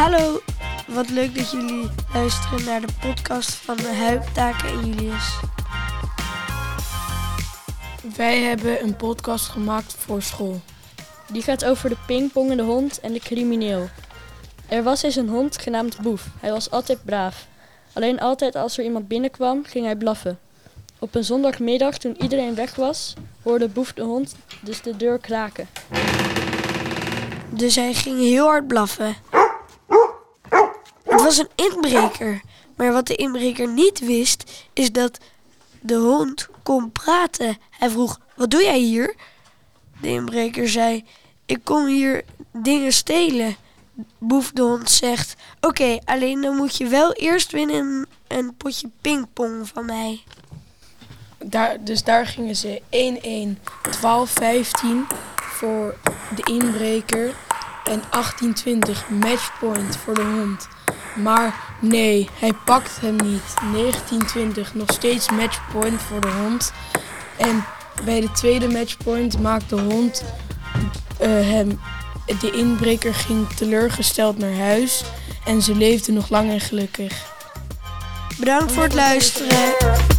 Hallo, wat leuk dat jullie luisteren naar de podcast van Huib, Take en Julius. Wij hebben een podcast gemaakt voor school. Die gaat over de pingpongende hond en de crimineel. Er was eens een hond genaamd Boef. Hij was altijd braaf. Alleen altijd als er iemand binnenkwam, ging hij blaffen. Op een zondagmiddag, toen iedereen weg was, hoorde Boef de hond dus de deur kraken. Dus hij ging heel hard blaffen. Het was een inbreker. Maar wat de inbreker niet wist, is dat de hond kon praten. Hij vroeg, wat doe jij hier? De inbreker zei, ik kom hier dingen stelen. Boef de hond zegt, oké, alleen dan moet je wel eerst winnen een potje pingpong van mij. Daar gingen ze 1-1, 12-15 voor de inbreker en 18-20 matchpoint voor de hond. Maar nee, hij pakt hem niet. 19-20 nog steeds matchpoint voor de hond. En bij de tweede matchpoint maakt de hond hem. De inbreker ging teleurgesteld naar huis en ze leefden nog lang en gelukkig. Bedankt voor het luisteren.